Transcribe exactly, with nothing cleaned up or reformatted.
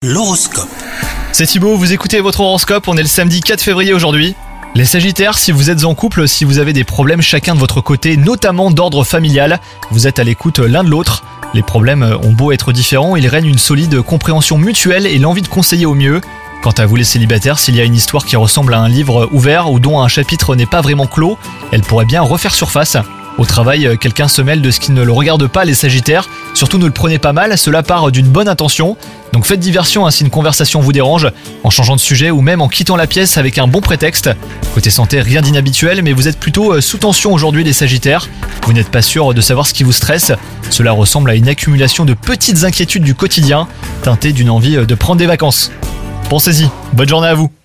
L'horoscope. C'est Thibaut, vous écoutez votre horoscope, on est le samedi quatre février aujourd'hui. Les Sagittaires, si vous êtes en couple, si vous avez des problèmes chacun de votre côté, notamment d'ordre familial, vous êtes à l'écoute l'un de l'autre. Les problèmes ont beau être différents, il règne une solide compréhension mutuelle et l'envie de conseiller au mieux. Quant à vous les célibataires, s'il y a une histoire qui ressemble à un livre ouvert ou dont un chapitre n'est pas vraiment clos, elle pourrait bien refaire surface. Au travail, quelqu'un se mêle de ce qui ne le regarde pas, les Sagittaires. Surtout ne le prenez pas mal, cela part d'une bonne intention. Donc faites diversion hein, si une conversation vous dérange, en changeant de sujet ou même en quittant la pièce avec un bon prétexte. Côté santé, rien d'inhabituel, mais vous êtes plutôt sous tension aujourd'hui les Sagittaires. Vous n'êtes pas sûr de savoir ce qui vous stresse. Cela ressemble à une accumulation de petites inquiétudes du quotidien, teintées d'une envie de prendre des vacances. Pensez-y, bonne journée à vous.